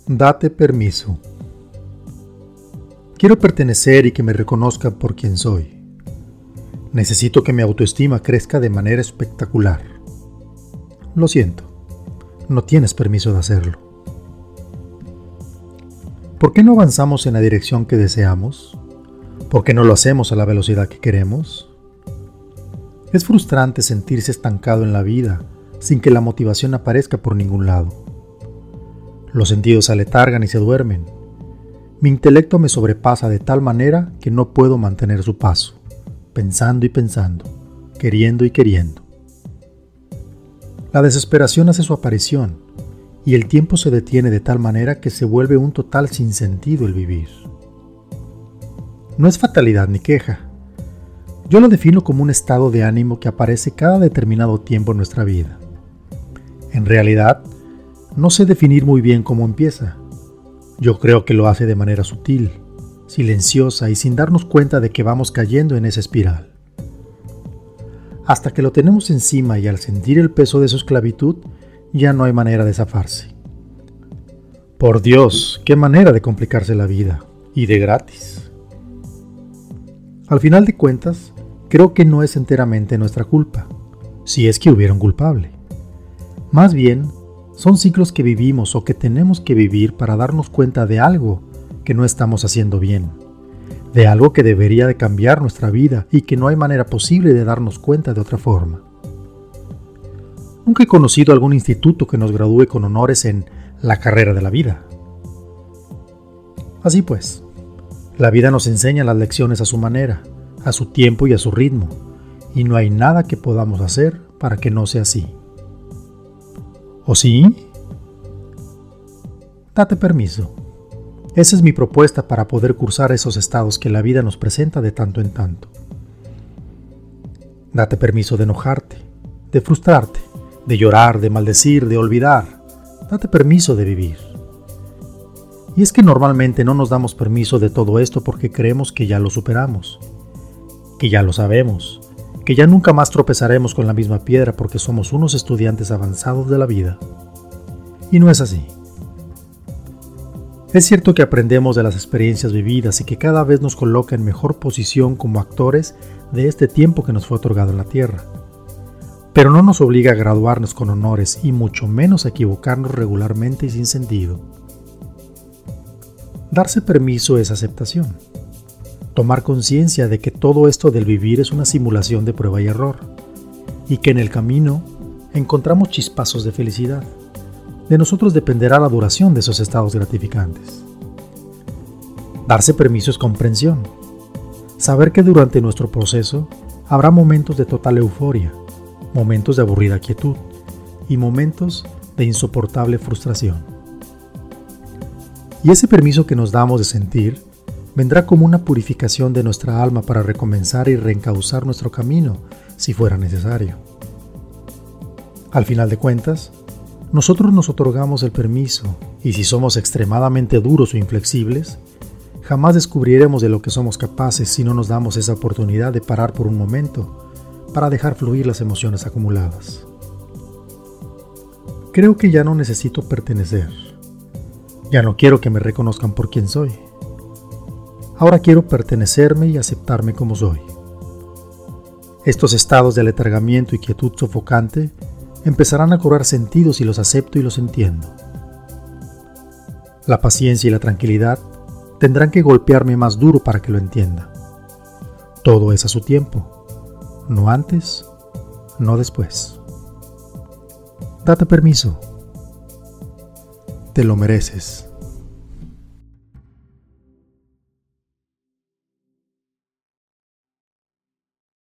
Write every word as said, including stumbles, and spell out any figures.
Date permiso. Quiero pertenecer y que me reconozcan por quien soy. Necesito que mi autoestima crezca de manera espectacular. Lo siento, no tienes permiso de hacerlo. ¿Por qué no avanzamos en la dirección que deseamos? ¿Por qué no lo hacemos a la velocidad que queremos? Es frustrante sentirse estancado en la vida sin que la motivación aparezca por ningún lado. Los sentidos se aletargan y se duermen. Mi intelecto me sobrepasa de tal manera que no puedo mantener su paso, pensando y pensando, queriendo y queriendo. La desesperación hace su aparición y el tiempo se detiene de tal manera que se vuelve un total sinsentido el vivir. No es fatalidad ni queja. Yo lo defino como un estado de ánimo que aparece cada determinado tiempo en nuestra vida. En realidad, no sé definir muy bien cómo empieza. Yo creo que lo hace de manera sutil, silenciosa y sin darnos cuenta de que vamos cayendo en esa espiral. Hasta que lo tenemos encima y al sentir el peso de su esclavitud, ya no hay manera de zafarse. Por Dios, qué manera de complicarse la vida, y de gratis. Al final de cuentas, creo que no es enteramente nuestra culpa, si es que hubiera un culpable. Más bien, son ciclos que vivimos o que tenemos que vivir para darnos cuenta de algo que no estamos haciendo bien, de algo que debería de cambiar nuestra vida y que no hay manera posible de darnos cuenta de otra forma. Nunca he conocido algún instituto que nos gradúe con honores en la carrera de la vida. Así pues, la vida nos enseña las lecciones a su manera, a su tiempo y a su ritmo, y no hay nada que podamos hacer para que no sea así. ¿O sí? Date permiso. Esa es mi propuesta para poder cursar esos estados que la vida nos presenta de tanto en tanto. Date permiso de enojarte, de frustrarte, de llorar, de maldecir, de olvidar. Date permiso de vivir. Y es que normalmente no nos damos permiso de todo esto porque creemos que ya lo superamos, que ya lo sabemos, que ya nunca más tropezaremos con la misma piedra porque somos unos estudiantes avanzados de la vida. Y no es así. Es cierto que aprendemos de las experiencias vividas y que cada vez nos coloca en mejor posición como actores de este tiempo que nos fue otorgado en la Tierra. Pero no nos obliga a graduarnos con honores y mucho menos a equivocarnos regularmente y sin sentido. Darse permiso es aceptación. Tomar conciencia de que todo esto del vivir es una simulación de prueba y error, y que en el camino encontramos chispazos de felicidad. De nosotros dependerá la duración de esos estados gratificantes. Darse permiso es comprensión. Saber que durante nuestro proceso habrá momentos de total euforia, momentos de aburrida quietud y momentos de insoportable frustración. Y ese permiso que nos damos de sentir vendrá como una purificación de nuestra alma para recomenzar y reencauzar nuestro camino si fuera necesario. Al final de cuentas, nosotros nos otorgamos el permiso y si somos extremadamente duros o inflexibles, jamás descubriremos de lo que somos capaces si no nos damos esa oportunidad de parar por un momento para dejar fluir las emociones acumuladas. Creo que ya no necesito pertenecer. Ya no quiero que me reconozcan por quien soy. Ahora quiero pertenecerme y aceptarme como soy. Estos estados de aletargamiento y quietud sofocante empezarán a cobrar sentido si los acepto y los entiendo. La paciencia y la tranquilidad tendrán que golpearme más duro para que lo entienda. Todo es a su tiempo, no antes, no después. Date permiso. Te lo mereces.